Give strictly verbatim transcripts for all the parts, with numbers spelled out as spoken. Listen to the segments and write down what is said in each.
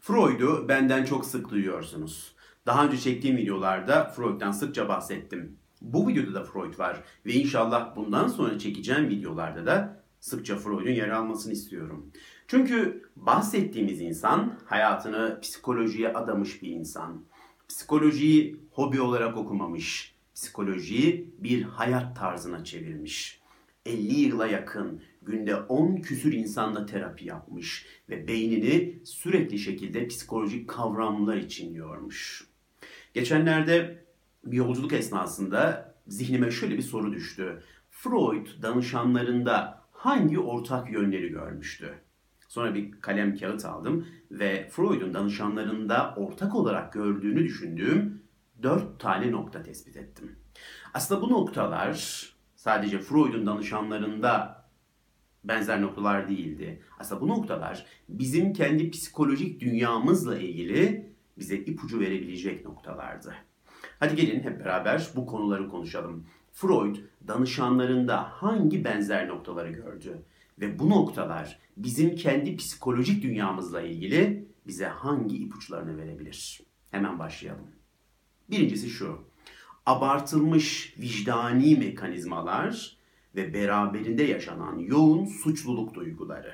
Freud'u benden çok sık duyuyorsunuz. Daha önce çektiğim videolarda Freud'dan sıkça bahsettim. Bu videoda da Freud var ve inşallah bundan sonra çekeceğim videolarda da sıkça Freud'un yer almasını istiyorum. Çünkü bahsettiğimiz insan hayatını psikolojiye adamış bir insan. Psikolojiyi hobi olarak okumamış, psikolojiyi bir hayat tarzına çevirmiş. elli yıla yakın günde on küsür insanla terapi yapmış ve beynini sürekli şekilde psikolojik kavramlar için yormuş. Geçenlerde bir yolculuk esnasında zihnime şöyle bir soru düştü. Freud danışanlarında hangi ortak yönleri görmüştü? Sonra bir kalem kağıt aldım ve Freud'un danışanlarında ortak olarak gördüğünü düşündüğüm dört tane nokta tespit ettim. Aslında bu noktalar sadece Freud'un danışanlarında benzer noktalar değildi. Aslında bu noktalar bizim kendi psikolojik dünyamızla ilgili bize ipucu verebilecek noktalardı. Hadi gelin hep beraber bu konuları konuşalım. Freud danışanlarında hangi benzer noktaları gördü? Ve bu noktalar bizim kendi psikolojik dünyamızla ilgili bize hangi ipuçlarını verebilir? Hemen başlayalım. Birincisi şu. Abartılmış vicdani mekanizmalar ve beraberinde yaşanan yoğun suçluluk duyguları.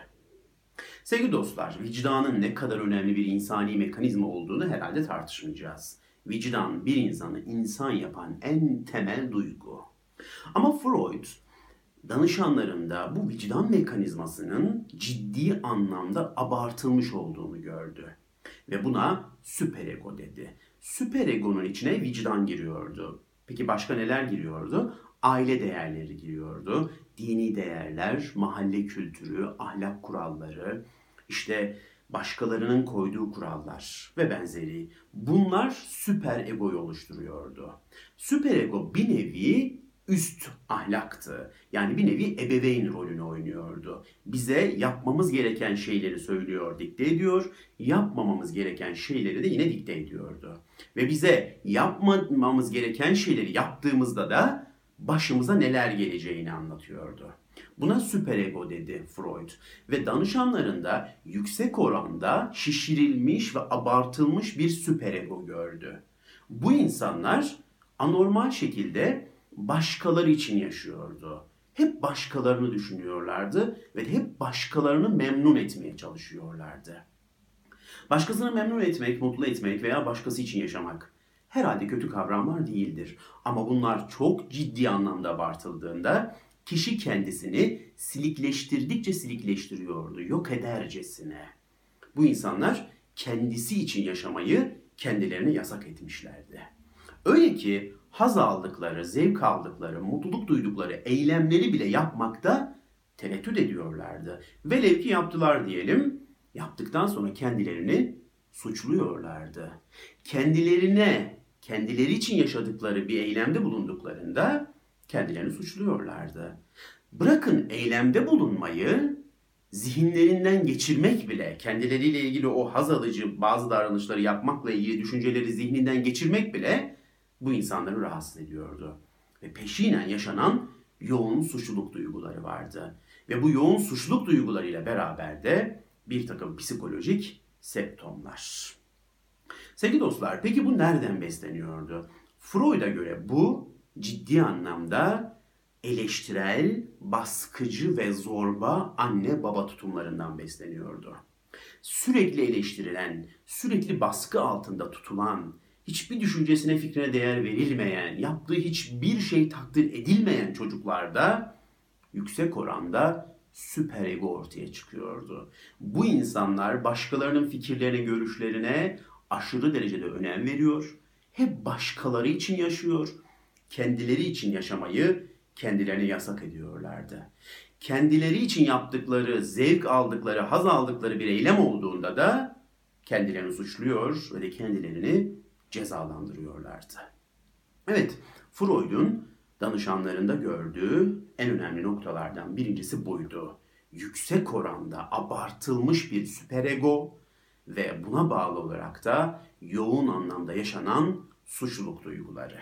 Sevgili dostlar, vicdanın ne kadar önemli bir insani mekanizma olduğunu herhalde tartışmayacağız. Vicdan bir insanı insan yapan en temel duygu. Ama Freud, danışanlarında bu vicdan mekanizmasının ciddi anlamda abartılmış olduğunu gördü. Ve buna süperego dedi. Süperegonun içine vicdan giriyordu. Peki başka neler giriyordu? Aile değerleri giriyordu. Dini değerler, mahalle kültürü, ahlak kuralları, işte başkalarının koyduğu kurallar ve benzeri. Bunlar süperegoyu oluşturuyordu. Süperego bir nevi üst ahlaktı. Yani bir nevi ebeveyn rolünü oynuyordu. Bize yapmamız gereken şeyleri söylüyor, dikte ediyor. Yapmamamız gereken şeyleri de yine dikte ediyordu. Ve bize yapmamamız gereken şeyleri yaptığımızda da başımıza neler geleceğini anlatıyordu. Buna süperego dedi Freud ve danışanlarında yüksek oranda şişirilmiş ve abartılmış bir süperego gördü. Bu insanlar anormal şekilde başkaları için yaşıyordu. Hep başkalarını düşünüyorlardı ve hep başkalarını memnun etmeye çalışıyorlardı. Başkasını memnun etmek, mutlu etmek veya başkası için yaşamak herhalde kötü kavramlar değildir. Ama bunlar çok ciddi anlamda abartıldığında kişi kendisini silikleştirdikçe silikleştiriyordu, yok edercesine. Bu insanlar kendisi için yaşamayı kendilerine yasak etmişlerdi. Öyle ki haz aldıkları, zevk aldıkları, mutluluk duydukları eylemleri bile yapmakta tereddüt ediyorlardı. Velev ki yaptılar diyelim, yaptıktan sonra kendilerini suçluyorlardı. Kendilerine, kendileri için yaşadıkları bir eylemde bulunduklarında kendilerini suçluyorlardı. Bırakın eylemde bulunmayı, zihinlerinden geçirmek bile, kendileriyle ilgili o haz alıcı bazı davranışları yapmakla ilgili düşünceleri zihninden geçirmek bile bu insanları rahatsız ediyordu. Ve peşinen yaşanan yoğun suçluluk duyguları vardı. Ve bu yoğun suçluluk duygularıyla beraber de bir takım psikolojik semptomlar. Sevgili dostlar, peki bu nereden besleniyordu? Freud'a göre bu ciddi anlamda eleştirel, baskıcı ve zorba anne baba tutumlarından besleniyordu. Sürekli eleştirilen, sürekli baskı altında tutulan, hiçbir düşüncesine, fikrine değer verilmeyen, yaptığı hiçbir şey takdir edilmeyen çocuklarda yüksek oranda süperego ortaya çıkıyordu. Bu insanlar başkalarının fikirlerine, görüşlerine aşırı derecede önem veriyor. Hep başkaları için yaşıyor. Kendileri için yaşamayı kendilerine yasak ediyorlardı. Kendileri için yaptıkları, zevk aldıkları, haz aldıkları bir eylem olduğunda da kendilerini suçluyor ve de kendilerini cezalandırıyorlardı. Evet, Freud'un danışanlarında gördüğü en önemli noktalardan birincisi buydu. Yüksek oranda abartılmış bir süperego ve buna bağlı olarak da yoğun anlamda yaşanan suçluluk duyguları.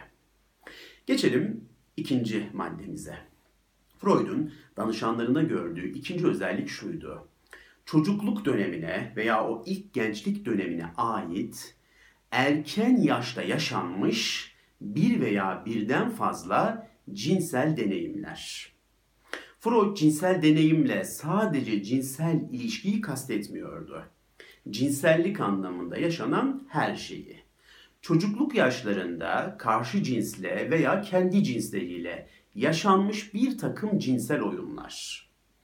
Geçelim ikinci maddemize. Freud'un danışanlarında gördüğü ikinci özellik şuydu. çocukluk dönemine veya o ilk gençlik dönemine ait erken yaşta yaşanmış bir veya birden fazla cinsel deneyimler. Freud cinsel deneyimle sadece cinsel ilişkiyi kastetmiyordu. Cinsellik anlamında yaşanan her şeyi. Çocukluk yaşlarında karşı cinsle veya kendi cinsleriyle yaşanmış bir takım cinsel oyunlar.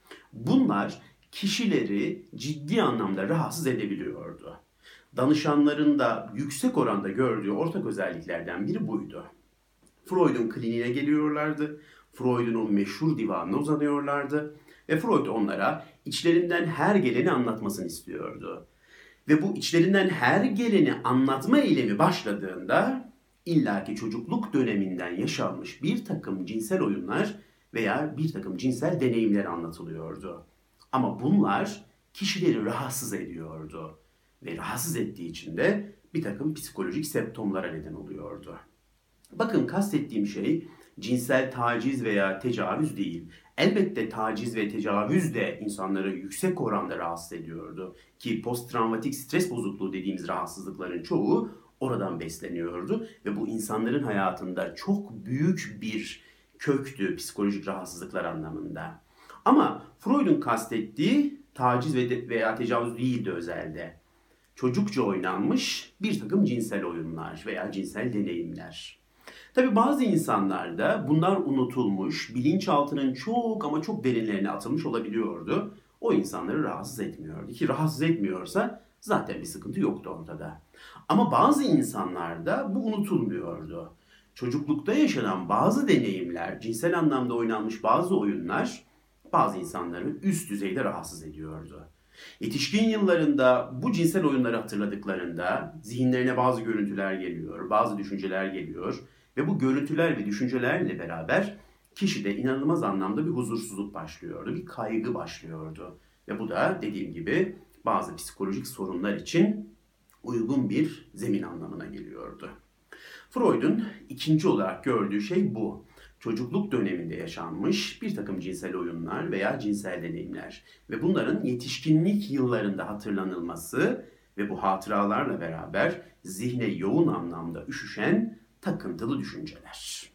Bunlar kişileri ciddi anlamda rahatsız edebiliyordu. Danışanların da yüksek oranda gördüğü ortak özelliklerden biri buydu. Freud'un kliniğine geliyorlardı. Freud'un o meşhur divanına uzanıyorlardı. Ve Freud onlara içlerinden her geleni anlatmasını istiyordu. Ve bu içlerinden her geleni anlatma eylemi başladığında illaki çocukluk döneminden yaşanmış bir takım cinsel oyunlar veya bir takım cinsel deneyimler anlatılıyordu. Ama bunlar kişileri rahatsız ediyordu. Ve rahatsız ettiği için de bir takım psikolojik semptomlara neden oluyordu. Bakın kastettiğim şey cinsel taciz veya tecavüz değil. Elbette taciz ve tecavüz de insanları yüksek oranda rahatsız ediyordu. Ki posttravmatik stres bozukluğu dediğimiz rahatsızlıkların çoğu oradan besleniyordu. Ve bu insanların hayatında çok büyük bir köktü psikolojik rahatsızlıklar anlamında. Ama Freud'un kastettiği taciz veya tecavüz değildi özelde. Çocukça oynanmış bir takım cinsel oyunlar veya cinsel deneyimler. Tabi bazı insanlarda bunlar unutulmuş, bilinçaltının çok ama çok derinlerine atılmış olabiliyordu. O insanları rahatsız etmiyordu ki rahatsız etmiyorsa zaten bir sıkıntı yoktu ortada. Ama bazı insanlarda bu unutulmuyordu. Çocuklukta yaşanan bazı deneyimler, cinsel anlamda oynanmış bazı oyunlar bazı insanları üst düzeyde rahatsız ediyordu. Yetişkin yıllarında bu cinsel oyunları hatırladıklarında zihinlerine bazı görüntüler geliyor, bazı düşünceler geliyor ve bu görüntüler ve düşüncelerle beraber kişide inanılmaz anlamda bir huzursuzluk başlıyordu, bir kaygı başlıyordu. Ve bu da dediğim gibi bazı psikolojik sorunlar için uygun bir zemin anlamına geliyordu. Freud'un ikinci olarak gördüğü şey bu. Çocukluk döneminde yaşanmış bir takım cinsel oyunlar veya cinsel deneyimler ve bunların yetişkinlik yıllarında hatırlanılması ve bu hatıralarla beraber zihne yoğun anlamda üşüşen takıntılı düşünceler.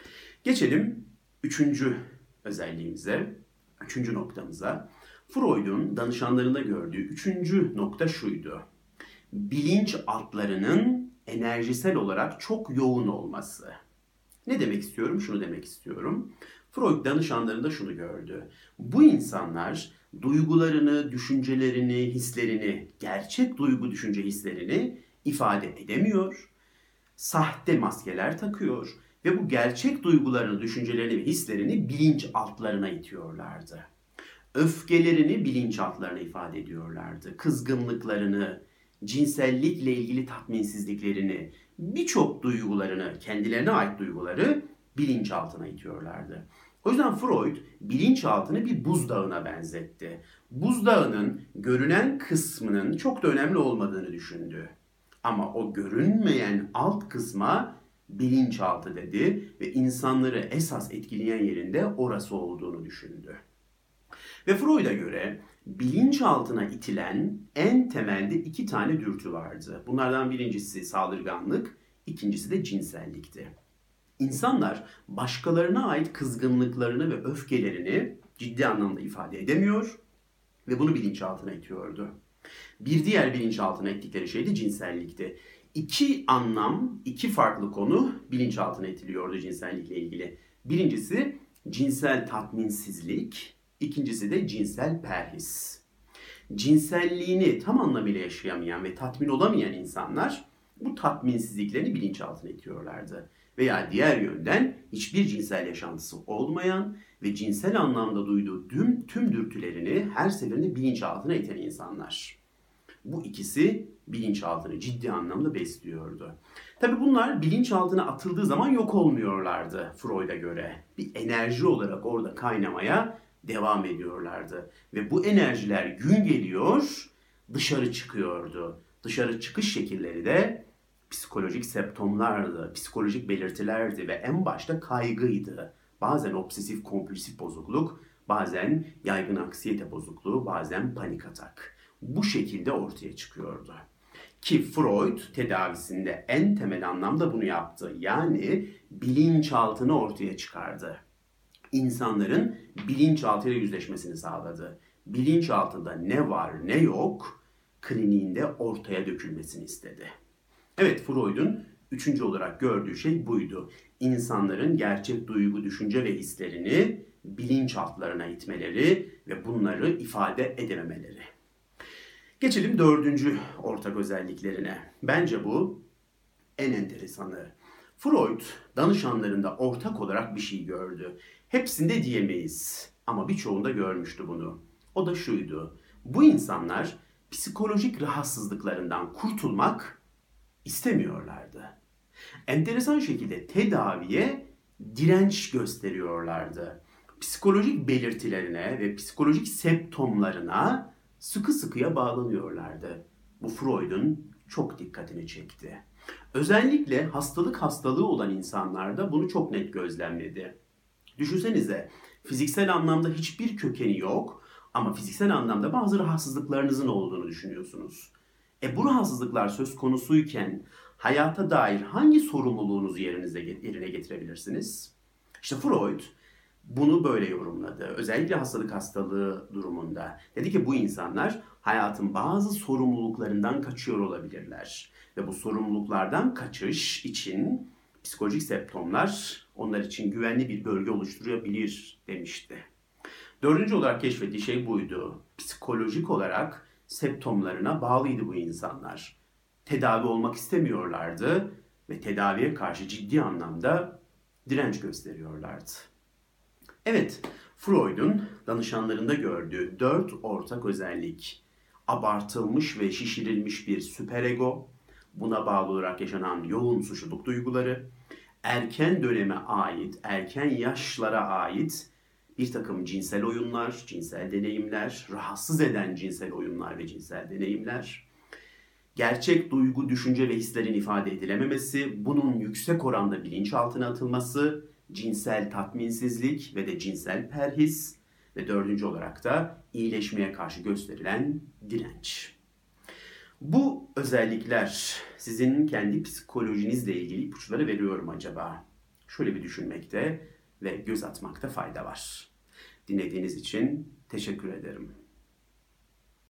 Geçelim üçüncü özelliğimize, üçüncü noktamıza. Freud'un danışanlarında gördüğü üçüncü nokta şuydu. Bilinç altlarının enerjisel olarak çok yoğun olması. Ne demek istiyorum? Şunu demek istiyorum. Freud danışanlarında şunu gördü. Bu insanlar duygularını, düşüncelerini, hislerini, gerçek duygu, düşünce, hislerini ifade edemiyor. Sahte maskeler takıyor ve bu gerçek duygularını, düşüncelerini ve hislerini bilinç altlarına itiyorlardı. Öfkelerini bilinç altlarına ifade ediyorlardı. Kızgınlıklarını, cinsellikle ilgili tatminsizliklerini, birçok duygularını, kendilerine ait duyguları bilinçaltına itiyorlardı. O yüzden Freud bilinçaltını bir buzdağına benzetti. Buzdağının görünen kısmının çok da önemli olmadığını düşündü. Ama o görünmeyen alt kısma bilinçaltı dedi ve insanları esas etkileyen yerinde orası olduğunu düşündü. Ve Freud'a göre bilinçaltına itilen en temelde iki tane dürtü vardı. Bunlardan birincisi saldırganlık, ikincisi de cinsellikti. İnsanlar başkalarına ait kızgınlıklarını ve öfkelerini ciddi anlamda ifade edemiyor ve bunu bilinçaltına itiyordu. Bir diğer bilinçaltına ettikleri şey de cinsellikti. İki anlam, iki farklı konu bilinçaltına itiliyordu cinsellikle ilgili. Birincisi cinsel tatminsizlik, ikincisi de cinsel perhis. Cinselliğini tam anlamıyla yaşayamayan ve tatmin olamayan insanlar bu tatminsizliklerini bilinçaltına itiyorlardı. Veya diğer yönden hiçbir cinsel yaşantısı olmayan ve cinsel anlamda duyduğu tüm, tüm dürtülerini her seferinde bilinçaltına iten insanlar. Bu ikisi bilinçaltını ciddi anlamda besliyordu. Tabii bunlar bilinçaltına atıldığı zaman yok olmuyorlardı Freud'a göre. Bir enerji olarak orada kaynamaya devam ediyorlardı. Ve bu enerjiler gün geliyor dışarı çıkıyordu. Dışarı çıkış şekilleri de psikolojik semptomlardı, psikolojik belirtilerdi ve en başta kaygıydı. Bazen obsesif kompulsif bozukluk, bazen yaygın anksiyete bozukluğu, bazen panik atak. Bu şekilde ortaya çıkıyordu. Ki Freud tedavisinde en temel anlamda bunu yaptı. Yani bilinçaltını ortaya çıkardı. İnsanların bilinçaltıyla yüzleşmesini sağladı. Bilinçaltında ne var ne yok kliniğinde ortaya dökülmesini istedi. Evet, Freud'un üçüncü olarak gördüğü şey buydu. İnsanların gerçek duygu, düşünce ve hislerini bilinçaltlarına itmeleri ve bunları ifade edememeleri. Geçelim dördüncü ortak özelliklerine. Bence bu en enteresanı. Freud danışanlarında ortak olarak bir şey gördü. Hepsinde diyemeyiz ama birçoğunda görmüştü bunu. O da şuydu. Bu insanlar psikolojik rahatsızlıklarından kurtulmak istemiyorlardı. Enteresan şekilde tedaviye direnç gösteriyorlardı. Psikolojik belirtilerine ve psikolojik semptomlarına sıkı sıkıya bağlanıyorlardı. Bu Freud'un çok dikkatini çekti. Özellikle hastalık hastalığı olan insanlarda bunu çok net gözlemledi. Düşünsenize, fiziksel anlamda hiçbir kökeni yok ama fiziksel anlamda bazı rahatsızlıklarınızın olduğunu düşünüyorsunuz. E bu rahatsızlıklar söz konusuyken hayata dair hangi sorumluluğunuzu yerinize, yerine getirebilirsiniz? İşte Freud bunu böyle yorumladı. Özellikle hastalık hastalığı durumunda. Dedi ki bu insanlar hayatın bazı sorumluluklarından kaçıyor olabilirler. Ve bu sorumluluklardan kaçış için psikolojik semptomlar onlar için güvenli bir bölge oluşturabilir demişti. Dördüncü olarak keşfettiği şey buydu. Psikolojik olarak semptomlarına bağlıydı bu insanlar. Tedavi olmak istemiyorlardı ve tedaviye karşı ciddi anlamda direnç gösteriyorlardı. Evet, Freud'un danışanlarında gördüğü dört ortak özellik, abartılmış ve şişirilmiş bir süperego, buna bağlı olarak yaşanan yoğun suçluluk duyguları, erken döneme ait, erken yaşlara ait bir takım cinsel oyunlar, cinsel deneyimler, rahatsız eden cinsel oyunlar ve cinsel deneyimler, gerçek duygu, düşünce ve hislerin ifade edilememesi, bunun yüksek oranda bilinçaltına atılması, cinsel tatminsizlik ve de cinsel perhis ve dördüncü olarak da iyileşmeye karşı gösterilen direnç. Bu özellikler sizin kendi psikolojinizle ilgili ipuçları veriyor mu acaba? Şöyle bir düşünmekte ve göz atmakta fayda var. Dinlediğiniz için teşekkür ederim.